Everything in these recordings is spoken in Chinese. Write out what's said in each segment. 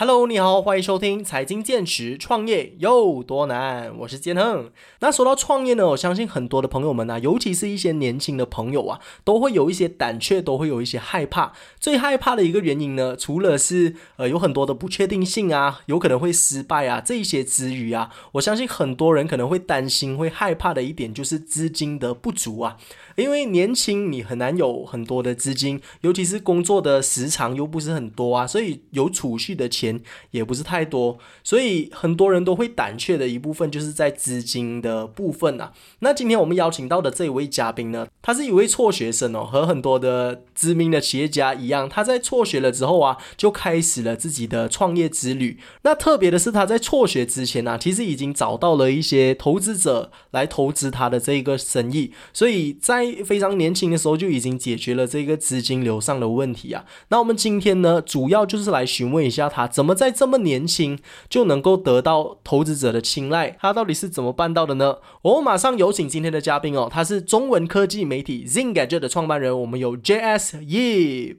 Hello，你好，欢迎收听财经见识，创业有多难？我是建亨。那说到创业呢，我相信很多的朋友们啊，尤其是一些年轻的朋友啊，都会有一些胆怯，都会有一些害怕。最害怕的一个原因呢，除了是有很多的不确定性啊，有可能会失败啊，这一些之余啊，我相信很多人可能会担心、会害怕的一点就是资金的不足啊。因为年轻，你很难有很多的资金，尤其是工作的时长又不是很多啊，所以有储蓄的钱也不是太多，所以很多人都会胆怯的一部分就是在资金的部分啊。那今天我们邀请到的这一位嘉宾呢，他是一位辍学生哦，和很多的知名的企业家一样，他在辍学了之后啊，就开始了自己的创业之旅。那特别的是，他在辍学之前啊，其实已经找到了一些投资者来投资他的这一个生意，所以在非常年轻的时候就已经解决了这个资金流上的问题啊。那我们今天呢，主要就是来询问一下他怎么在这么年轻就能够得到投资者的青睐，他到底是怎么办到的呢？我们马上有请今天的嘉宾哦，他是中文科技媒体 Zingadget 的创办人，我们有 JS Yip。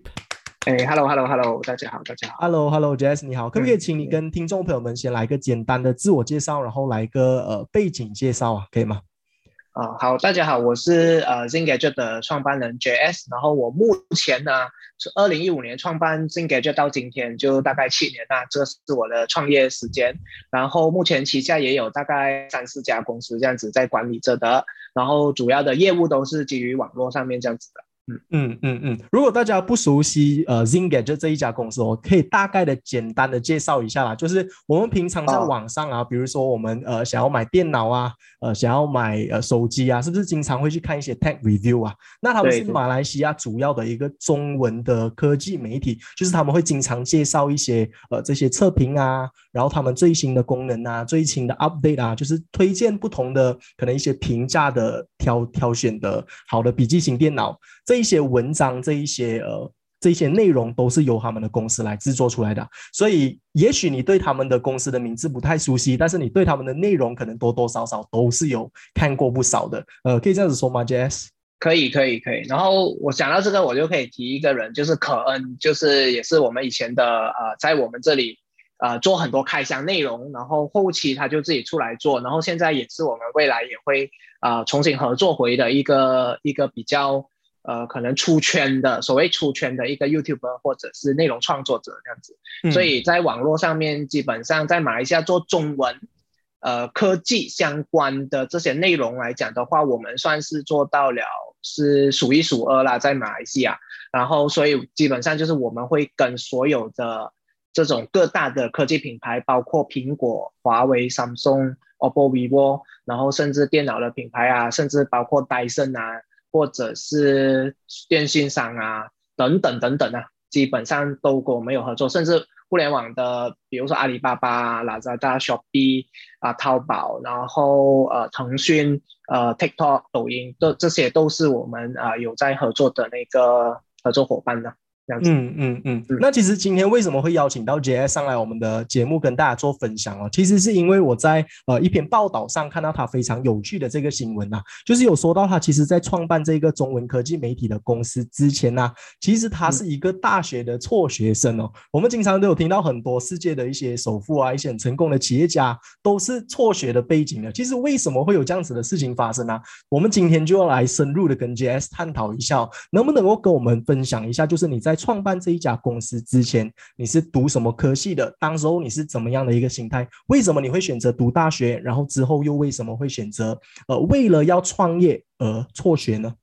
Hello，大家好，大家好。 Hello，JS 你好，可不可以请你跟听众朋友们先来一个简单的自我介绍，然后来一个背景介绍啊，可以吗？ 好，大家好，我是Zingadget 的创办人 JS，然后我目前呢是2015年创办 Zingadget 到今天就大概7年啦，这是我的创业时间。然后目前旗下也有大概3-4家公司这样子在管理着的，然后主要的业务都是基于网络上面这样子的。 如果大家不熟悉Zingadget 这一家公司，我可以大概的简单的介绍一下啦。就是我们平常在网上啊，比如说我们想要买电脑啊，想要买手机啊，是不是经常会去看一些 tech review 啊？那他们是马来西亚主要的一个中文的科技媒体，就是他们会经常介绍一些这些测评啊，然后他们最新的功能啊，最新的 update 啊，就是推荐不同的可能一些平价的挑选的好的笔记型电脑。这一些文章，这一些内容都是由他们的公司来制作出来的，所以也许你对他们的公司的名字不太熟悉，但是你对他们的内容可能多多少少都是有看过不少的。可以这样子说吗 ，JS？ 可以。然后我想到这个，我就可以提一个人，就是可恩，就是也是我们以前的在我们这里做很多开箱内容，然后后期他就自己出来做，然后现在也是我们未来也会重新合作回的一个比较可能出圈的，所谓出圈的一个 YouTuber 或者是内容创作者这样子。所以在网络上面，基本上在马来西亚做中文科技相关的这些内容来讲的话，我们算是做到了是数一数二啦，在马来西亚。然后所以基本上就是我们会跟所有的这种各大的科技品牌，包括苹果、华为、Samsung、OPPO、vivo， 然后甚至电脑的品牌啊，甚至包括戴森啊，或者是电信商啊，等等啊，基本上都跟我们有合作，甚至互联网的，比如说阿里巴巴、Lazada、Shopee 淘宝，然后腾讯、TikTok、抖音，这些都是我们有在合作的那个合作伙伴的。这样子。 那其实今天为什么会邀请到 JS 上来我们的节目跟大家做分享哦？其实是因为我在一篇报道上看到他非常有趣的这个新闻啊，就是有说到他其实在创办这个中文科技媒体的公司之前啊，其实他是一个大学的辍学生哦。我们经常都有听到很多世界的一些首富啊，一些很成功的企业家都是辍学的背景的。其实为什么会有这样子的事情发生呢？我们今天就要来深入的跟 JS 探讨一下哦，能不能够跟我们分享一下，就是你在创办这一家公司之前，你是读什么科系的？当时候你是怎么样的一个心态？为什么你会选择读大学？然后之后又为什么会选择为了要创业而辍学呢？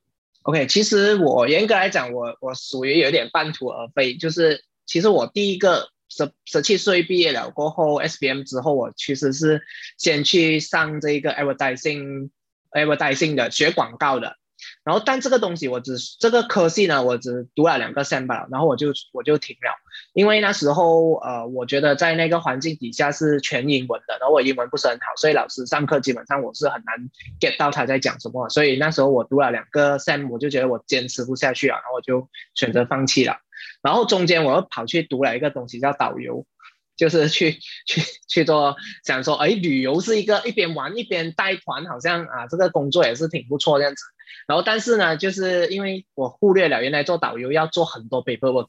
OK， 其实我严格来讲，我属于有点半途而废，就是其实我第一个17岁毕业了过后 ，SBM 之后，我其实是先去上这个 advertising 的学广告的。然后但这个东西这个科系呢，我只读了2个 sem 吧，然后我就停了。因为那时候我觉得在那个环境底下是全英文的，然后我英文不是很好，所以老师上课基本上我是很难 get 到他在讲什么，所以那时候我读了2个 sem， 我就觉得我坚持不下去了，然后我就选择放弃了。然后中间我又跑去读了一个东西叫导游，就是去做，想说旅游是一边玩一边带团，好像这个工作也是挺不错这样子。然后但是呢，就是因为我忽略了原来做导游要做很多 paperwork 的，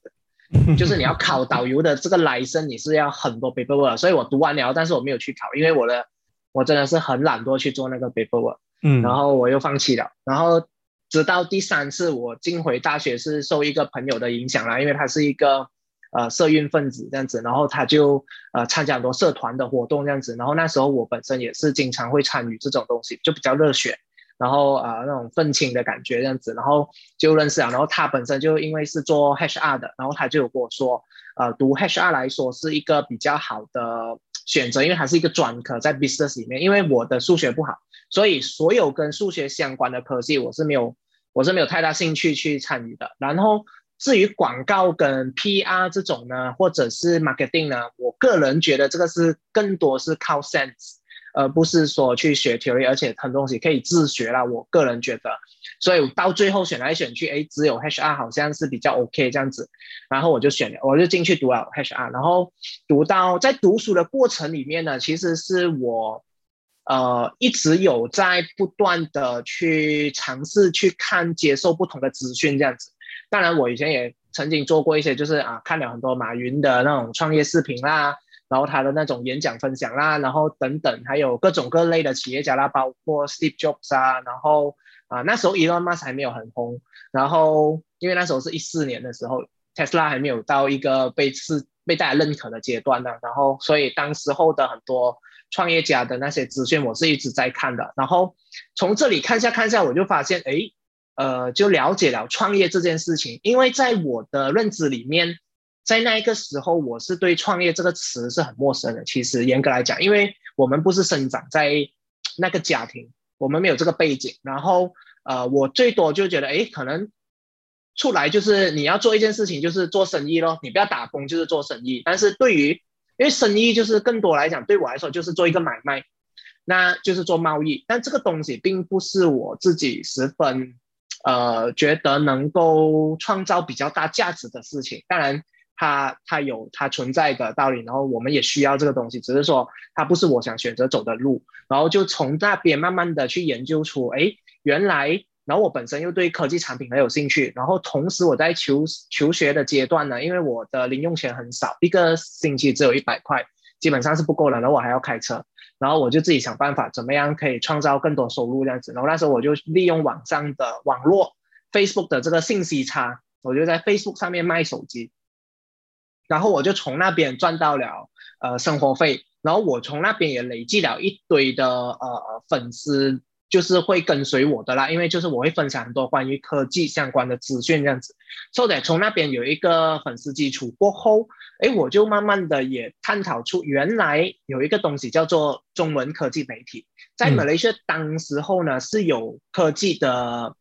就是你要考导游的这个 license， 你是要很多 paperwork， 所以我读完了，但是我没有去考，因为我真的是很懒惰去做那个 paperwork， 然后我又放弃了。然后直到第3次我进回大学是受一个朋友的影响啦，因为他是一个社运分子这样子，然后他就参加很多社团的活动这样子，然后那时候我本身也是经常会参与这种东西，就比较热血，然后那种愤青的感觉这样子，然后就认识了。然后他本身就因为是做 HR 的，然后他就有跟我说，读 HR 来说是一个比较好的选择，因为它是一个专科在 business 里面。因为我的数学不好，所以所有跟数学相关的科系我是没有太大兴趣去参与的。然后至于广告跟 PR 这种呢，或者是 marketing 呢，我个人觉得这个是更多是靠 sense，不是说去学 theory， 而且很多东西可以自学啦，我个人觉得。所以到最后选来选去，只有 HR 好像是比较 OK 这样子，然后我就进去读了 HR。然后在读书的过程里面呢，其实是我一直有在不断的去尝试去接受不同的资讯这样子。当然我以前也曾经做过一些，就是看了很多马云的那种创业视频啦，然后他的那种演讲分享啦，然后等等，还有各种各类的企业家啦，包括 Steve Jobs 啊，然后那时候 Elon Musk 还没有很红，然后因为那时候是14年的时候 Tesla 还没有到一个被大家认可的阶段呢，然后所以当时候的很多创业家的那些资讯我是一直在看的，然后从这里看下我就发现就了解了创业这件事情。因为在我的认知里面，在那个时候我是对创业这个词是很陌生的，其实严格来讲，因为我们不是生长在那个家庭，我们没有这个背景，然后我最多就觉得可能出来就是你要做一件事情就是做生意咯，你不要打工就是做生意。但是因为生意就是更多来讲对我来说就是做一个买卖，那就是做贸易，但这个东西并不是我自己十分觉得能够创造比较大价值的事情。当然它有它存在的道理，然后我们也需要这个东西，只是说它不是我想选择走的路。然后就从那边慢慢的去研究出原来，然后我本身又对科技产品很有兴趣，然后同时我在求学的阶段呢，因为我的零用钱很少，一个星期只有100块，基本上是不够的，然后我还要开车，然后我就自己想办法怎么样可以创造更多收入这样子。然后那时候我就利用网络 Facebook 的这个信息差，我就在 Facebook 上面卖手机，然后我就从那边赚到了生活费，然后我从那边也累积了一堆的粉丝，就是会跟随我的啦，因为就是我会分享很多关于科技相关的资讯这样子。所以从那边有一个粉丝基础过后，我就慢慢的也探讨出原来有一个东西叫做中文科技媒体，在马来西亚当时候呢是有科技的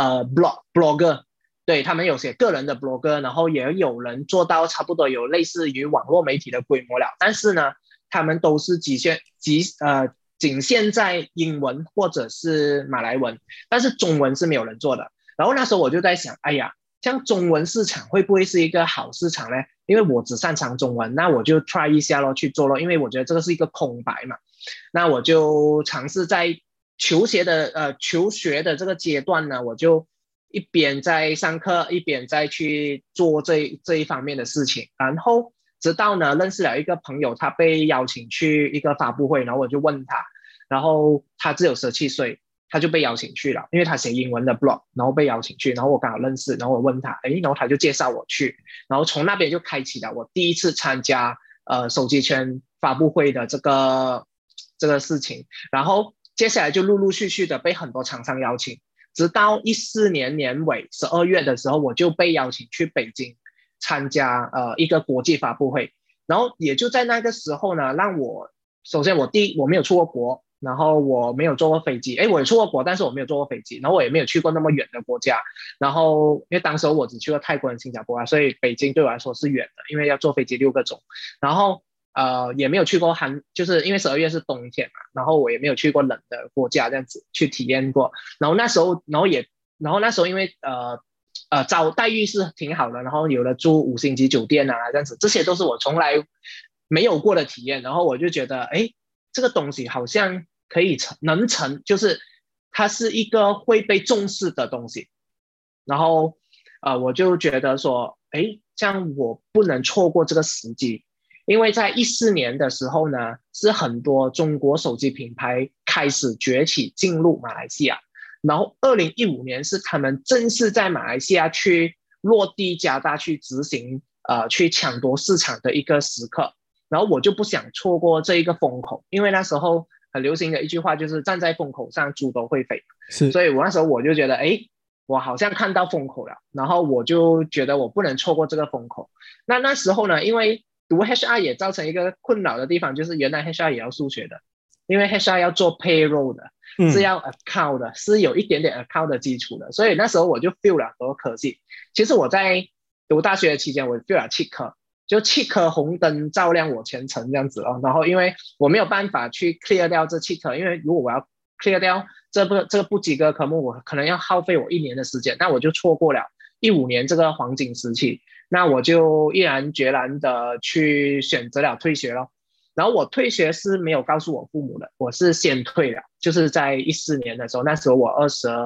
blogger，对，他们有写个人的 blogger， 然后也有人做到差不多有类似于网络媒体的规模了，但是呢他们都是仅限在英文或者是马来文，但是中文是没有人做的。然后那时候我就在想，像中文市场会不会是一个好市场呢？因为我只擅长中文，那我就 try 一下咯，去做咯，因为我觉得这个是一个空白嘛。那我就尝试在求学的这个阶段呢，我就一边在上课，一边在去做这一方面的事情。然后直到呢认识了一个朋友，他被邀请去一个发布会，然后我就问他，然后他只有17岁，他就被邀请去了，因为他写英文的 blog， 然后被邀请去，然后我刚好认识，然后我问他，然后他就介绍我去，然后从那边就开启了我第一次参加手机圈发布会的这个事情。然后接下来就陆陆续续的被很多厂商邀请，直到14年年尾12月的时候，我就被邀请去北京参加一个国际发布会。然后也就在那个时候呢，让我首先我没有出过国，然后我没有坐过飞机，我也出过国，但是我没有坐过飞机，然后我也没有去过那么远的国家。然后因为当时我只去过泰国跟新加坡所以北京对我来说是远的，因为要坐飞机6个钟。然后也没有去过就是因为12月是冬天嘛，然后我也没有去过冷的国家这样子去体验过。然后那时候因为待遇是挺好的，然后有了住5星级酒店这样子，这些都是我从来没有过的体验。然后我就觉得这个东西好像可以就是它是一个会被重视的东西。然后我就觉得说这样我不能错过这个时机。因为在14年的时候呢，是很多中国手机品牌开始崛起进入马来西亚，然后2015年是他们正式在马来西亚去落地加大去执行去抢夺市场的一个时刻。然后我就不想错过这一个风口，因为那时候很流行的一句话就是站在风口上猪都会飞，所以我那时候我就觉得我好像看到风口了，然后我就觉得我不能错过这个风口。那时候呢，因为读 HR 也造成一个困扰的地方，就是原来 HR 也要数学的，因为 HR 要做 payroll 的，是要 account 的，是有一点点 account 的基础的，所以那时候我就 feel 了很多科技。其实我在读大学的期间，我 feel 了7科，就7颗红灯照亮我前程这样子然后因为我没有办法去 clear 掉这7颗，因为如果我要 clear 掉这个不及格科目，我可能要耗费我1年的时间，那我就错过了15年这个黄金时期。那我就毅然决然的去选择了退学了。然后我退学是没有告诉我父母的，我是先退了，就是在14年的时候，那时候我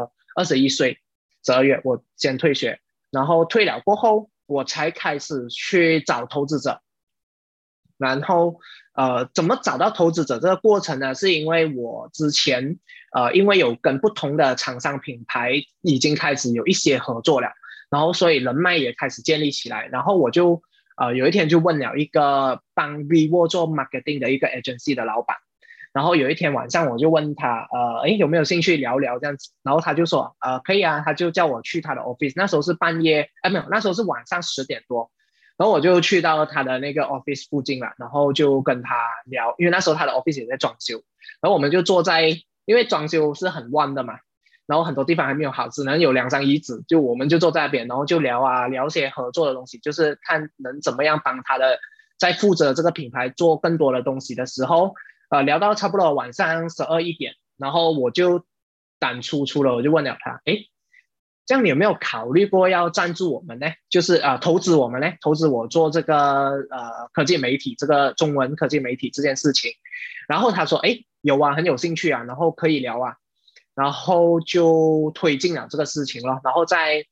21岁12月我先退学，然后退了过后我才开始去找投资者。然后怎么找到投资者这个过程呢，是因为我之前因为有跟不同的厂商品牌已经开始有一些合作了，然后所以人脉也开始建立起来。然后我就有一天就问了一个帮 vivo 做 marketing 的一个 agency 的老板，然后有一天晚上我就问他有没有兴趣聊聊这样子，然后他就说可以啊，他就叫我去他的 office。那时候是半夜没有，那时候是晚上10点多，然后我就去到他的那个 office 附近了，然后就跟他聊，因为那时候他的 office 也在装修，然后我们就坐在，因为装修是很乱的嘛，然后很多地方还没有好，只能有2张椅子，就我们就坐在那边，然后就聊些合作的东西，就是看能怎么样帮他的在负责这个品牌做更多的东西的时候，聊到差不多晚上12、1点，然后我就胆粗粗了，我就问了他，这样你有没有考虑过要赞助我们呢？就是投资我们呢，投资我做这个科技媒体，这个中文科技媒体这件事情。然后他说有啊，很有兴趣啊，然后可以聊啊，然后就推进了这个事情了。然后在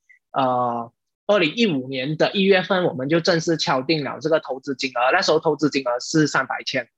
2015年的1月份，我们就正式敲定了这个投资金额，那时候投资金额是300千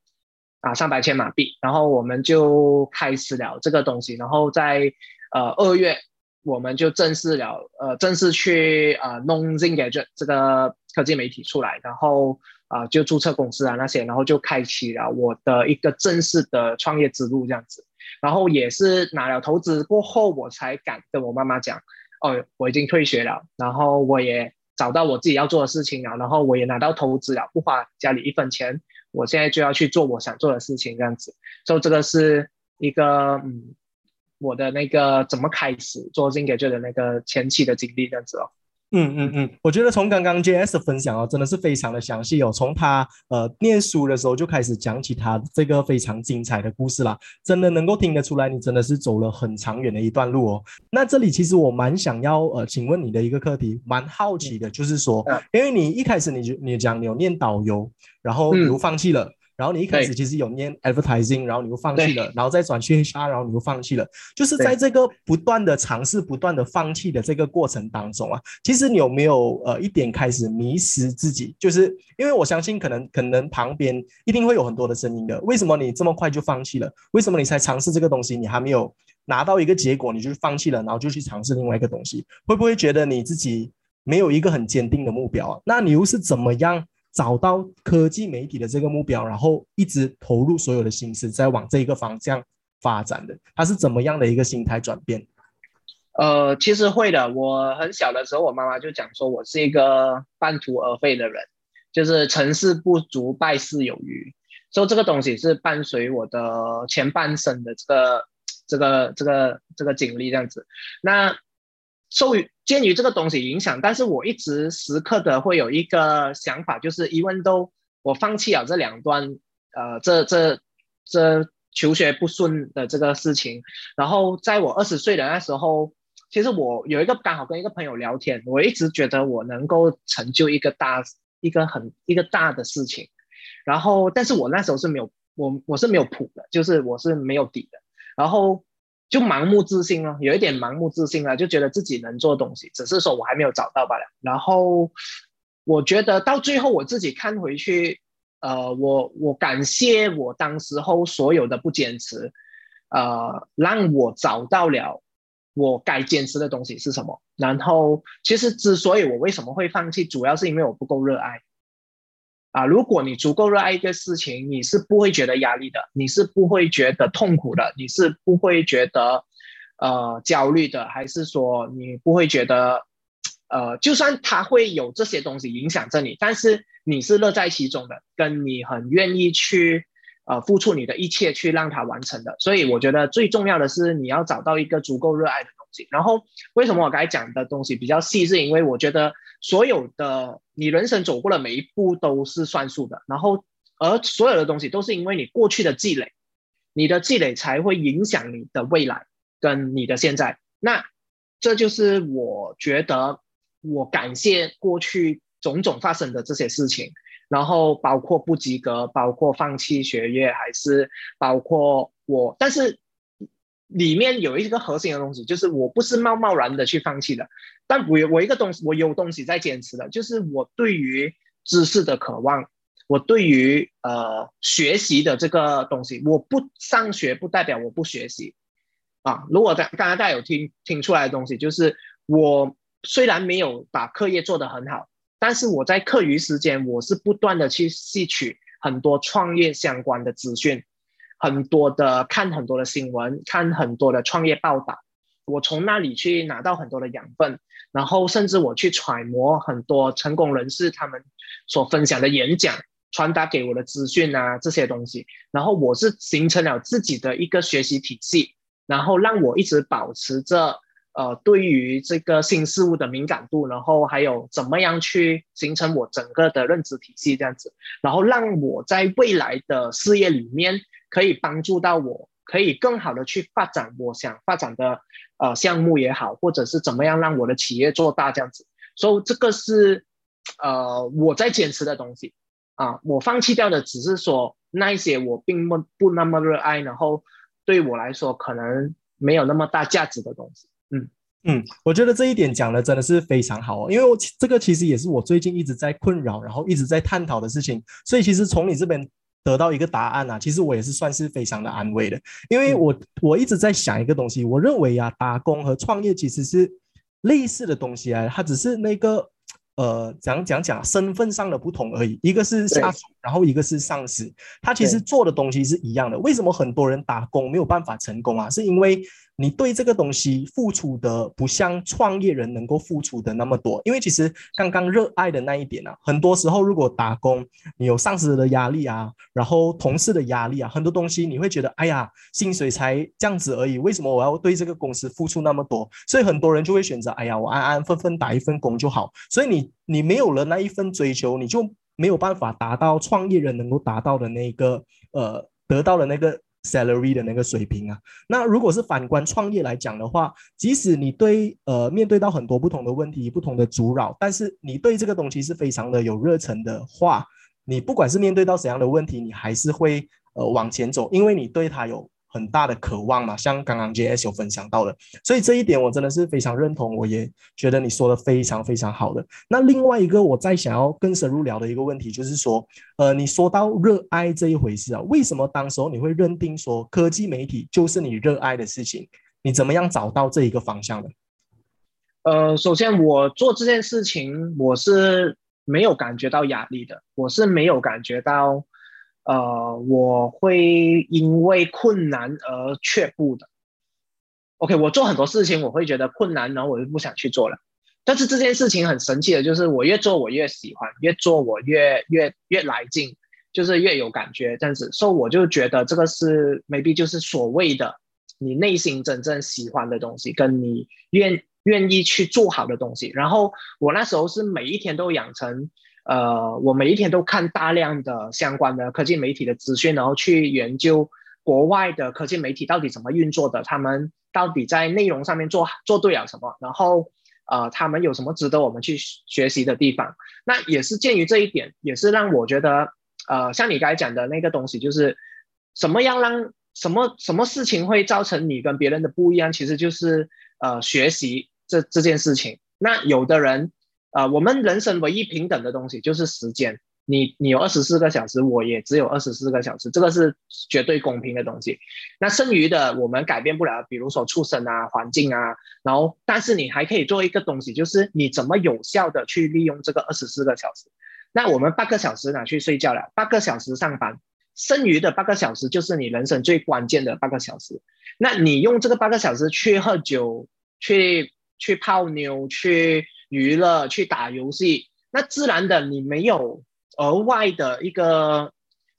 300千马币，然后我们就开始了这个东西。然后在2月我们就正式去弄 Zengadget 这个科技媒体出来，然后就注册公司啊那些，然后就开启了我的一个正式的创业之路这样子。然后也是拿了投资过后，我才敢跟我妈妈讲，我已经退学了，然后我也找到我自己要做的事情了，然后我也拿到投资了，不花家里1分钱，我现在就要去做我想做的事情这样子。所以这个是一个我的那个怎么开始做 Zengadget 的那个前期的经历这样子我觉得从刚刚 JS 的分享真的是非常的详细从他念书的时候就开始讲起他这个非常精彩的故事啦，真的能够听得出来你真的是走了很长远的一段路那这里其实我蛮想要请问你的一个课题，蛮好奇的，就是说因为你一开始你讲你有念导游，然后你又放弃了然后你一开始其实有念 advertising， 然后你又放弃了，然后再转去 HR， 然后你又放弃了，就是在这个不断的尝试、不断的放弃的这个过程当中其实你有没有一点开始迷失自己？就是因为我相信可能旁边一定会有很多的声音的，为什么你这么快就放弃了？为什么你才尝试这个东西，你还没有拿到一个结果你就放弃了，然后就去尝试另外一个东西？会不会觉得你自己没有一个很坚定的目标那你又是怎么样找到科技媒体的这个目标，然后一直投入所有的心思在往这一个方向发展的？它是怎么样的一个心态转变？ 其实会的。我很小的时候，我妈妈就讲说我是一个半途而废的人，就是成事不足败事有余，所以这个东西是伴随我的前半生的这个经历这样子。那鉴于这个东西影响，但是我一直时刻的会有一个想法，就是even though我放弃了这2段这求学不顺的这个事情，然后在我20岁的那时候，其实我有刚好跟一个朋友聊天，我一直觉得我能够成就一个大的事情，然后但是我那时候是没有我是没有谱的，就是我是没有底的，然后就盲目自信了，有一点盲目自信了，就觉得自己能做东西，只是说我还没有找到罢了。然后我觉得到最后我自己看回去，我感谢我当时候所有的不坚持，让我找到了我该坚持的东西是什么。然后其实之所以我为什么会放弃，主要是因为我不够热爱。如果你足够热爱一个事情，你是不会觉得压力的，你是不会觉得痛苦的，你是不会觉得焦虑的，还是说你不会觉得就算它会有这些东西影响着你，但是你是乐在其中的，跟你很愿意去付出你的一切去让它完成的。所以我觉得最重要的是你要找到一个足够热爱的东西。然后为什么我刚才讲的东西比较细，是因为我觉得所有的你人生走过的每一步都是算数的，然后而所有的东西都是因为你过去的积累，你的积累才会影响你的未来跟你的现在。那这就是我觉得我感谢过去种种发生的这些事情，然后包括不及格，包括放弃学业，还是包括但是里面有一个核心的东西，就是我不是贸贸然的去放弃的，但我一个东西，我有东西在坚持的，就是我对于知识的渴望，我对于学习的这个东西，我不上学不代表我不学习如果刚刚大家有听出来的东西，就是我虽然没有把课业做得很好，但是我在课余时间，我是不断的去吸取很多创业相关的资讯，看很多的新闻，看很多的创业报道，我从那里去拿到很多的养分，然后甚至我去揣摩很多成功人士他们所分享的演讲，传达给我的资讯这些东西，然后我是形成了自己的一个学习体系，然后让我一直保持着对于这个新事物的敏感度，然后还有怎么样去形成我整个的认知体系这样子，然后让我在未来的事业里面可以帮助到我，可以更好的去发展我想发展的项目也好，或者是怎么样让我的企业做大这样子。所以这个是我在坚持的东西我放弃掉的只是说那一些我并不那么热爱，然后对我来说可能没有那么大价值的东西。 我觉得这一点讲的真的是非常好因为这个其实也是我最近一直在困扰，然后一直在探讨的事情，所以其实从你这边得到一个答案其实我也是算是非常的安慰的，因为我一直在想一个东西，我认为打工和创业其实是类似的东西它只是那个讲身份上的不同而已，一个是下属，然后一个是上司，他其实做的东西是一样的。为什么很多人打工没有办法成功是因为你对这个东西付出的不像创业人能够付出的那么多。因为其实刚刚热爱的那一点很多时候如果打工你有上司的压力然后同事的压力很多东西你会觉得哎呀薪水才这样子而已，为什么我要对这个公司付出那么多？所以很多人就会选择哎呀我安安分分打一份工就好，所以你没有了那一份追求，你就没有办法达到创业人能够达到的那个得到的那个 salary 的那个水平那如果是反观创业来讲的话，即使你面对到很多不同的问题不同的阻扰，但是你对这个东西是非常的有热忱的话，你不管是面对到怎样的问题，你还是会往前走，因为你对它有很大的渴望嘛，像刚刚 JS 有分享到的，所以这一点我真的是非常认同，我也觉得你说的非常非常好的。那另外一个我再想要更深入聊的一个问题就是说你说到热爱这一回事为什么当时候你会认定说科技媒体就是你热爱的事情？你怎么样找到这一个方向的？ 首先我做这件事情我是没有感觉到压力的，我是没有感觉到我会因为困难而却步的。OK， 我做很多事情我会觉得困难，然后我就不想去做了。但是这件事情很神奇的，就是我越做我越喜欢，越做我越来劲，就是越有感觉这样子。所以我就觉得这个是 maybe 就是所谓的你内心真正喜欢的东西，跟你愿意去做好的东西。然后我那时候是每一天都养成我每一天都看大量的相关的科技媒体的资讯，然后去研究国外的科技媒体到底怎么运作的，他们到底在内容上面做对了什么，然后他们有什么值得我们去学习的地方。那也是鉴于这一点，也是让我觉得像你刚才讲的那个东西，就是什么事情会造成你跟别人的不一样，其实就是学习这件事情。那有的人我们人生唯一平等的东西就是时间。你有24个小时，我也只有24个小时，这个是绝对公平的东西。那剩余的我们改变不了，比如说出生啊、环境啊，然后但是你还可以做一个东西，就是你怎么有效的去利用这个24个小时。那我们8个小时拿去睡觉了，8个小时上班，剩余的8个小时就是你人生最关键的8个小时。那你用这个8个小时去喝酒、去泡妞、去娱乐、去打游戏，那自然的你没有额外的一个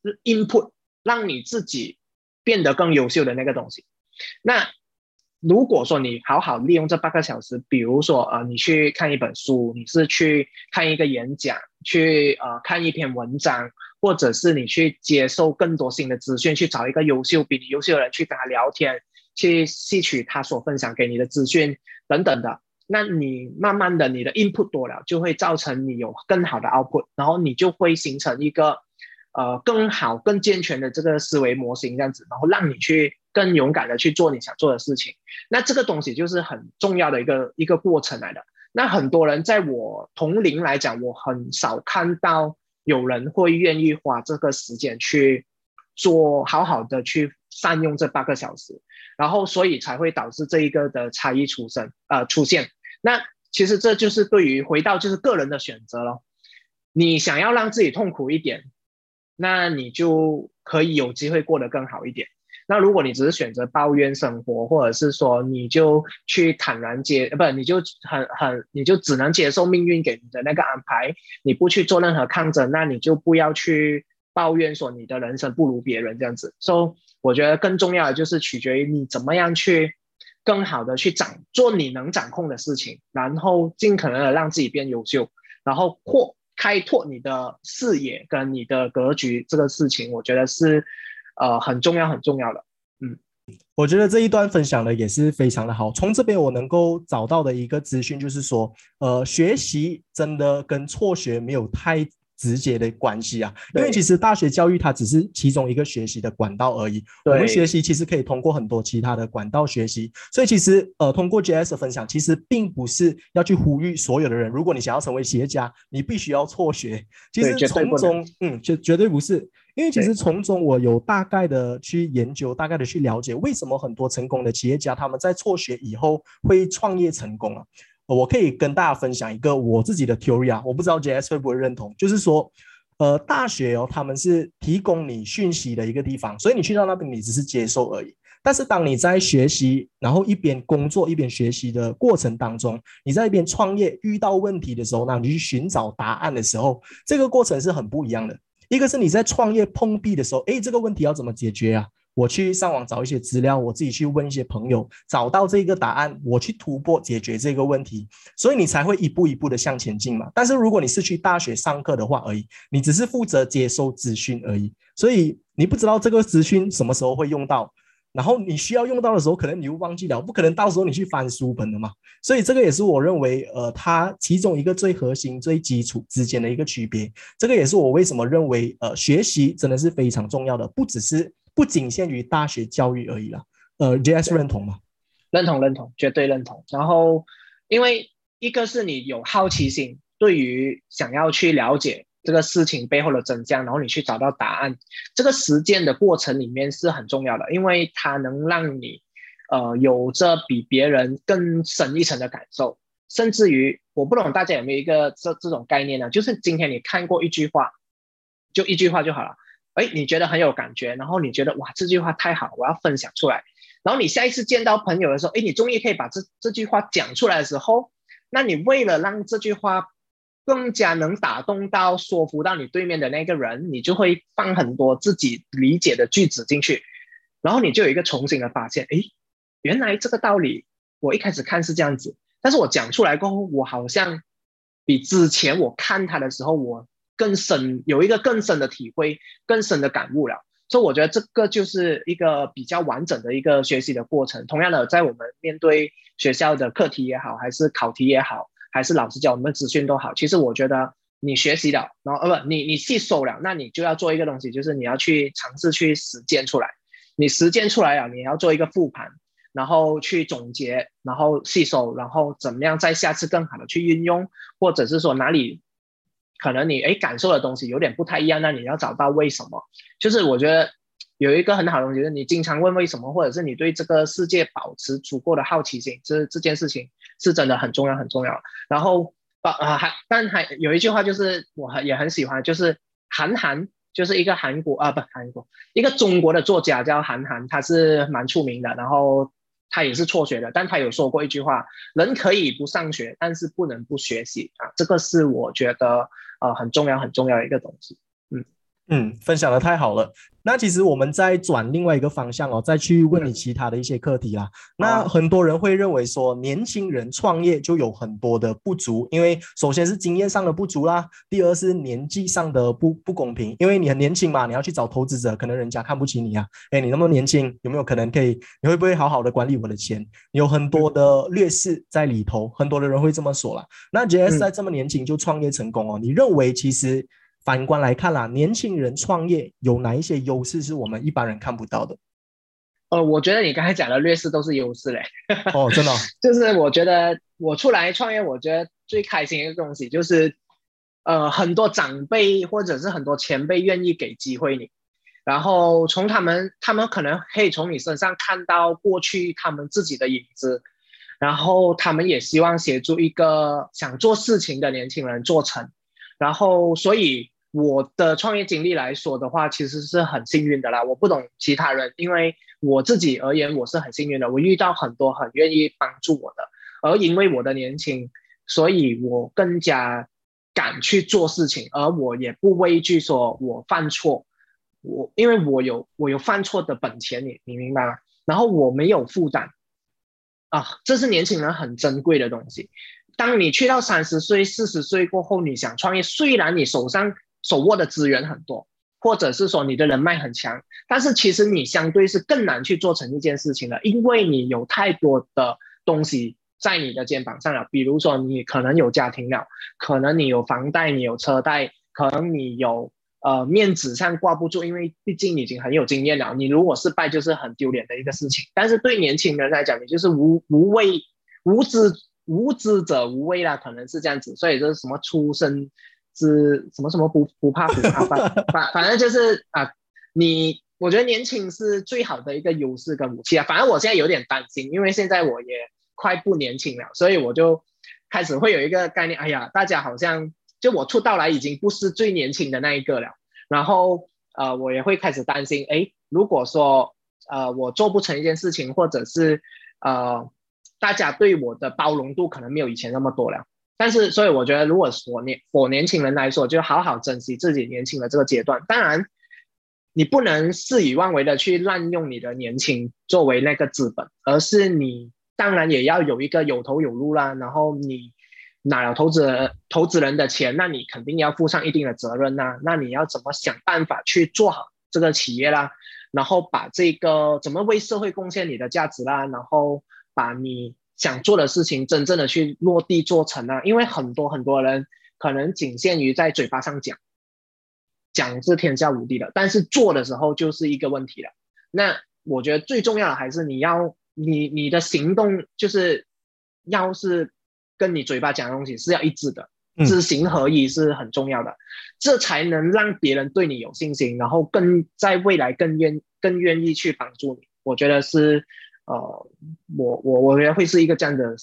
input 让你自己变得更优秀的那个东西。那如果说你好好利用这8个小时，比如说你去看一本书，你是去看一个演讲，去看一篇文章，或者是你去接受更多新的资讯，去找一个比你优秀的人去跟他聊天，去吸取他所分享给你的资讯等等的。那你慢慢的你的 input 多了，就会造成你有更好的 output， 然后你就会形成一个更好更健全的这个思维模型这样子，然后让你去更勇敢的去做你想做的事情。那这个东西就是很重要的一个过程来的。那很多人在我同龄来讲，我很少看到有人会愿意花这个时间去做，好好的去善用这8个小时，然后所以才会导致这一个的差异出现。那其实这就是对于回到就是个人的选择咯。你想要让自己痛苦一点，那你就可以有机会过得更好一点。那如果你只是选择抱怨生活，或者是说你就去坦然你就只能接受命运给你的那个安排，你不去做任何抗争，那你就不要去抱怨说你的人生不如别人这样子。所以我觉得更重要的就是取决于你怎么样去更好的去做你能掌控的事情，然后尽可能的让自己变优秀，然后开拓你的视野跟你的格局，这个事情我觉得是很重要很重要的。 我觉得这一段分享的也是非常的好。从这边我能够找到的一个资讯就是说，学习真的跟辍学没有太直接的关系啊，因为其实大学教育它只是其中一个学习的管道而已。我们学习其实可以通过很多其他的管道学习，所以其实通过 JS 的分享，其实并不是要去呼吁所有的人，如果你想要成为企业家，你必须要辍学。其实从中，绝对不是。因为其实从中我有大概的去研究，大概的去了解为什么很多成功的企业家他们在辍学以后会创业成功啊。我可以跟大家分享一个我自己的 theory 啊，我不知道 JS 会不会认同，就是说大学他们是提供你讯息的一个地方，所以你去到那边你只是接受而已。但是当你在学习，然后一边工作一边学习的过程当中，你在一边创业遇到问题的时候，那你去寻找答案的时候，这个过程是很不一样的。一个是你在创业碰壁的时候，这个问题要怎么解决啊？我去上网找一些资料，我自己去问一些朋友，找到这个答案，我去突破解决这个问题，所以你才会一步一步的向前进嘛。但是如果你是去大学上课的话而已，你只是负责接收资讯而已，所以你不知道这个资讯什么时候会用到，然后你需要用到的时候，可能你又忘记了，不可能到时候你去翻书本的嘛。所以这个也是我认为，它其中一个最核心、最基础之间的一个区别。这个也是我为什么认为，学习真的是非常重要的，不仅限于大学教育而已啦。JS 认同吗？ 认同，绝对认同。然后，因为一个是你有好奇心，对于想要去了解这个事情背后的真相，然后你去找到答案，这个实践的过程里面是很重要的，因为它能让你有着比别人更深一层的感受。甚至于我不懂大家有没有一个这种概念呢，就是今天你看过一句话，就一句话就好了，你觉得很有感觉，然后你觉得哇这句话太好，我要分享出来，然后你下一次见到朋友的时候，你终于可以把这句话讲出来的时候，那你为了让这句话更加能打动到说服到你对面的那个人，你就会放很多自己理解的句子进去，然后你就有一个重新的发现，原来这个道理我一开始看是这样子，但是我讲出来过后，我好像比之前我看它的时候我有一个更深的体会，更深的感悟了。所以我觉得这个就是一个比较完整的一个学习的过程。同样的，在我们面对学校的课题也好，还是考题也好，还是老师教我们的资讯都好，其实我觉得你学习了，然后你吸收了，那你就要做一个东西，就是你要去尝试去实践出来。你实践出来了，你要做一个复盘， 然后去总结，然后吸收，然后怎么样在下次更好的去运用，或者是说哪里可能你感受的东西有点不太一样，那你要找到为什么。就是我觉得有一个很好的东西，就是你经常问为什么，或者是你对这个世界保持足够的好奇心，这件事情是真的很重要很重要。然后还有一句话就是也很喜欢，就是韩寒，就是一个一个中国的作家叫韩寒，他是蛮出名的，然后他也是辍学的，但他有说过一句话：人可以不上学，但是不能不学习啊。这个是我觉得很重要很重要的一个东西。 分享的太好了。那其实我们再转另外一个方向再去问你其他的一些课题啦。那很多人会认为说，年轻人创业就有很多的不足，因为首先是经验上的不足啦，第二是年纪上的不公平，因为你很年轻嘛，你要去找投资者，可能人家看不起你啊。你那么年轻，有没有可能你会不会好好的管理我的钱？有很多的劣势在里头，很多的人会这么说啦。那 JS 在这么年轻就创业成功你认为其实反观来看啦，年轻人创业有哪一些优势是我们一般人看不到的？ 我觉得你刚才讲的劣势都是优势嘞。 真的就是我觉得我出来创业，我觉得最开心的一个东西就是很多长辈或者是很多前辈愿意给机会你，然后从他们可能可以从你身上看到过去他们自己的影子，然后他们也希望协助一个想做事情的年轻人做成。然后所以我的创业经历来说的话，其实是很幸运的啦。我不懂其他人，因为我自己而言我是很幸运的，我遇到很多很愿意帮助我的，而因为我的年轻，所以我更加敢去做事情，而我也不畏惧说我犯错，因为我有犯错的本钱，你明白吗？然后我没有负担这是年轻人很珍贵的东西。当你去到30岁、40岁过后，你想创业，虽然你手握的资源很多，或者是说你的人脉很强，但是其实你相对是更难去做成一件事情的，因为你有太多的东西在你的肩膀上了。比如说你可能有家庭了，可能你有房贷，你有车贷，可能你有面子上挂不住，因为毕竟你已经很有经验了，你如果失败就是很丢脸的一个事情。但是对年轻人来讲，你就是无知者无畏啦，可能是这样子。所以就是什么出生之什么什么不怕虎反正就是我觉得年轻是最好的一个优势跟武器反正我现在有点担心，因为现在我也快不年轻了，所以我就开始会有一个概念，哎呀，大家好像就我出道来已经不是最年轻的那一个了，然后我也会开始担心，如果说我做不成一件事情，或者是大家对我的包容度可能没有以前那么多了。但是所以我觉得如果我年轻人来说，就好好珍惜自己年轻的这个阶段。当然你不能肆意妄为的去滥用你的年轻作为那个资本，而是你当然也要有一个有头有路啦，然后你拿了投资人的钱，那你肯定要负上一定的责任啦，那你要怎么想办法去做好这个企业啦，然后把这个怎么为社会贡献你的价值啦，然后把你想做的事情真正的去落地做成啊。因为很多人可能仅限于在嘴巴上讲是天下无敌的，但是做的时候就是一个问题了。那我觉得最重要的还是你的行动就是要是跟你嘴巴讲的东西是要一致的，知行合一是很重要的，这才能让别人对你有信心，然后在未来更愿意去帮助你。我觉得是我觉得会是一个这样的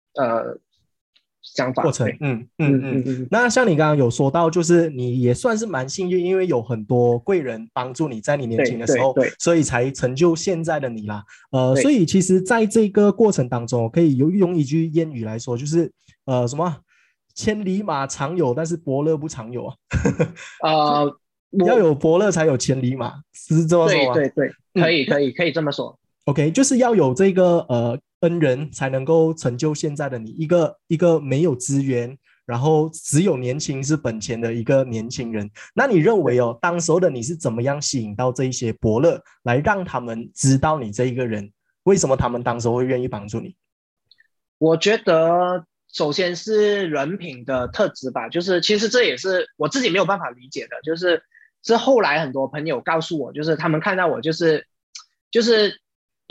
想法过程。那像你刚刚有说到，就是你也算是蛮幸运，因为有很多贵人帮助你在你年轻的时候，所以才成就现在的你啦。所以其实在这个过程当中，可以用一句谚语来说，就是什么千里马常有，但是伯乐不常有啊。要有伯乐才有千里马，是这么说吗？ 对，可以这么说。 OK， 就是要有这个恩人才能够成就现在的你，一个没有资源，然后只有年轻是本钱的一个年轻人。那你认为当时候的你是怎么样吸引到这一些伯乐，来让他们知道你这一个人？为什么他们当时候会愿意帮助你？ 我觉得首先是人品的特质吧，就是其实这也是我自己没有办法理解的，就是后来很多朋友告诉我，就是他们看到我就是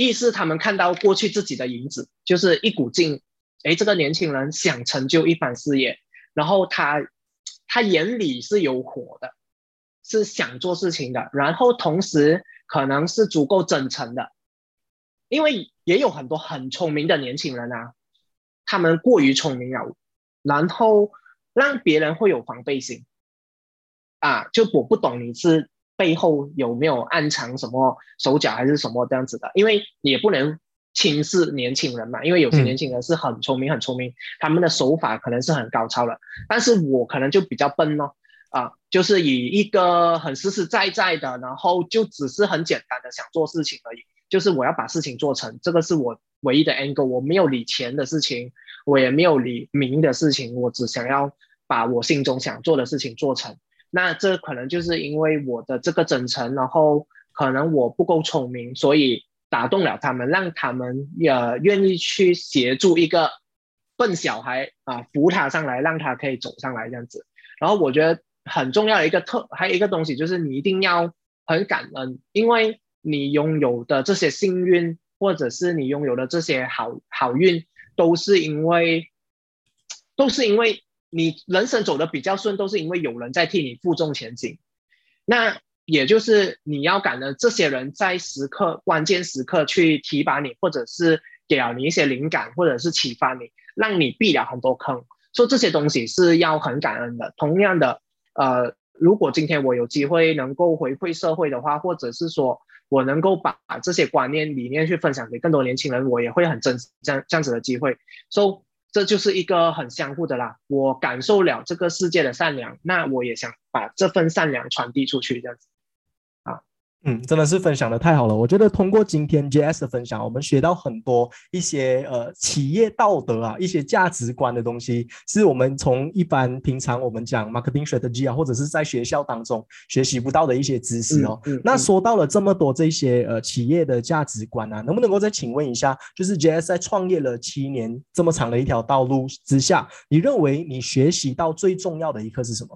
一是他们看到过去自己的影子，就是一股劲，诶，这个年轻人想成就一番事业，然后他眼里是有火的，是想做事情的，然后同时可能是足够真诚的，因为也有很多很聪明的年轻人啊，他们过于聪明了，然后让别人会有防备心啊，就我不懂你是背后有没有暗藏什么手脚还是什么这样子的，因为你也不能轻视年轻人嘛，因为有些年轻人是很聪明很聪明，他们的手法可能是很高超的，但是我可能就比较笨咯。就是以一个很实实在在的，然后就只是很简单的想做事情而已，就是我要把事情做成，这个是我唯一的 angle， 我没有理钱的事情，我也没有理名的事情，我只想要把我心中想做的事情做成。那这可能就是因为我的这个真诚，然后可能我不够聪明，所以打动了他们，让他们愿意去协助一个笨小孩扶他上来，让他可以走上来这样子。然后我觉得很重要的还有一个东西就是你一定要很感恩，因为你拥有的这些幸运，或者是你拥有的这些好运，都是因为你人生走得比较顺，都是因为有人在替你负重前行。那也就是你要感恩这些人在关键时刻去提拔你，或者是给了你一些灵感，或者是启发你，让你避了很多坑。所以这些东西是要很感恩的。同样的，如果今天我有机会能够回馈社会的话，或者是说我能够把这些观念理念去分享给更多年轻人，我也会很珍惜这样子的机会。所以这就是一个很相互的啦。我感受了这个世界的善良，那我也想把这份善良传递出去，这样子。 真的是分享的太好了。我觉得通过今天 JS 的分享，我们学到很多一些企业道德啊，一些价值观的东西，是我们从一般平常我们讲 marketing strategy 啊，或者是在学校当中学习不到的一些知识哦。那说到了这么多这些企业的价值观啊，能不能够再请问一下，就是 JS 在创业了7年这么长的一条道路之下，你认为你学习到最重要的一课是什么？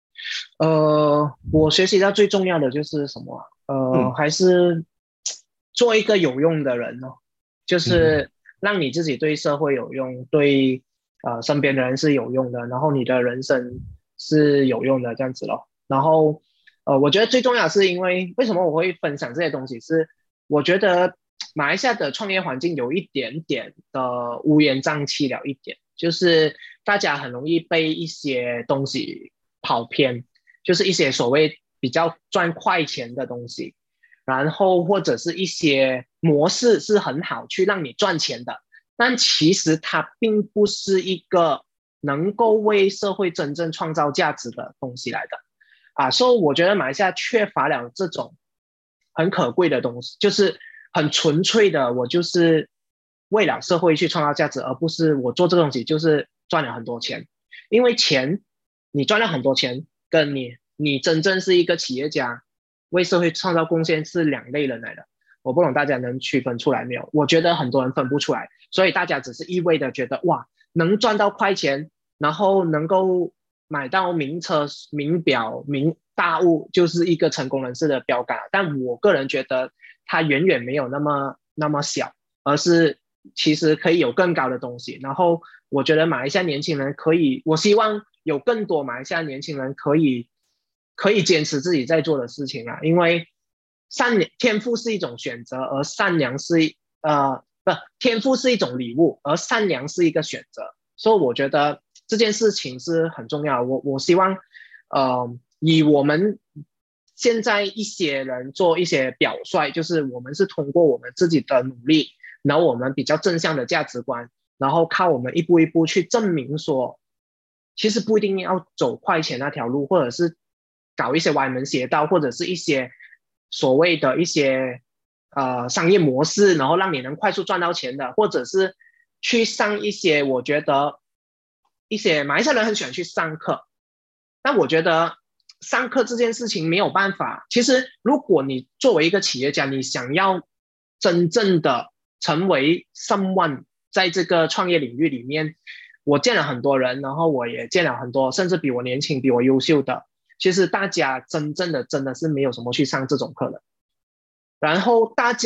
我学习到最重要的就是什么还是做一个有用的人哦，就是让你自己对社会有用，对身边的人是有用的，然后你的人生是有用的这样子咯。然后我觉得最重要的是因为什么我会分享这些东西，是我觉得马来西亚的创业环境有一点点的乌烟瘴气了一点，就是大家很容易被一些东西跑偏，就是一些所谓比较赚快钱的东西，然后或者是一些模式是很好去让你赚钱的，但其实它并不是一个能够为社会真正创造价值的东西来的所以我觉得马来西亚缺乏了这种很可贵的东西，就是很纯粹的，我就是为了社会去创造价值，而不是我做这个东西就是赚了很多钱。因为钱，你赚了很多钱，跟你真正是一个企业家，为社会创造贡献是两类人来的。我不懂大家能区分出来没有？我觉得很多人分不出来，所以大家只是一味的觉得哇，能赚到快钱，然后能够买到名车、名表、名大物，就是一个成功人士的标杆。但我个人觉得，它远远没有那么小，而是其实可以有更高的东西。然后我觉得马来西亚年轻人可以，我希望有更多马来西亚年轻人可以坚持自己在做的事情因为天赋是一种选择，而善良是天赋是一种礼物，而善良是一个选择。所以我觉得这件事情是很重要的。我希望以我们现在一些人做一些表率，就是我们是通过我们自己的努力，然后我们比较正向的价值观，然后靠我们一步一步去证明说，其实不一定要走快钱那条路，或者是搞一些歪门邪道，或者是一些所谓的一些商业模式，然后让你能快速赚到钱的，或者是去上一些我觉得一些马来西亚人很喜欢去上课，但我觉得上课这件事情没有办法。其实如果你作为一个企业家，你想要真正的成为someone，在这个创业领域里面，我见了很多人，然后我也见了很多甚至比我年轻比我优秀的，其实大家真的是没有什么去上这种课的，然后大家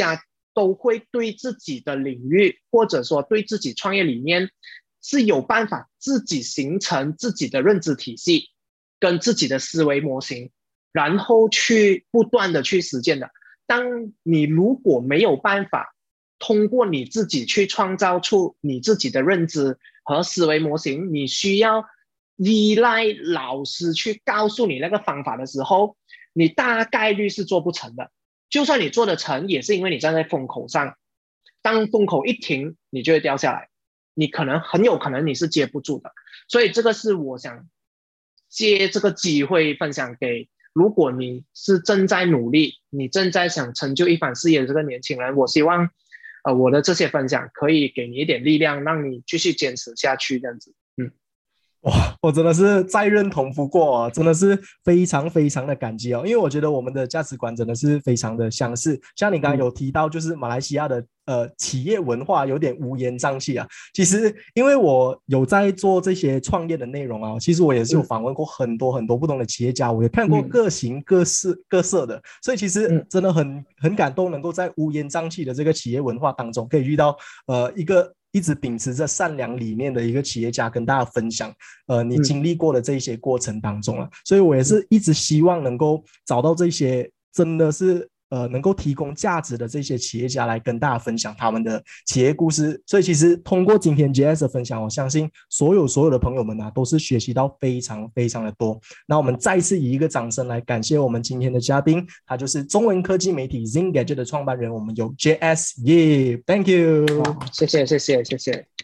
都会对自己的领域或者说对自己创业理念是有办法自己形成自己的认知体系跟自己的思维模型，然后去不断的去实践的。当你如果没有办法通过你自己去创造出你自己的认知和思维模型，你需要依赖老师去告诉你那个方法的时候，你大概率是做不成的。就算你做得成，也是因为你站在风口上，当风口一停，你就会掉下来，你很有可能你是接不住的。所以这个是我想借这个机会分享给，如果你是正在努力，你正在想成就一番事业的这个年轻人，我希望我的这些分享可以给你一点力量，让你继续坚持下去这样子。 哇，我真的是再认同不过哦，真的是非常非常的感激哦，因为我觉得我们的价值观真的是非常的相似。像你刚刚有提到，就是马来西亚的企业文化有点乌烟瘴气啊。其实因为我有在做这些创业的内容啊，其实我也是有访问过很多很多不同的企业家，我也看过各形各色的，所以其实真的很感动，能够在乌烟瘴气的这个企业文化当中，可以遇到一个一直秉持着善良理念的一个企业家，跟大家分享你经历过的这些过程当中啊，所以我也是一直希望能够找到这些真的是能够提供价值的这些企业家来跟大家分享他们的企业故事。所以其实通过今天 JS 的分享，我相信所有的朋友们啊，都是学习到非常非常的多。那我们再一次以一个掌声来感谢我们今天的嘉宾，他就是中文科技媒体 Zing Gadget 的创办人，我们有 JS， 耶 ，Thank you， 谢谢。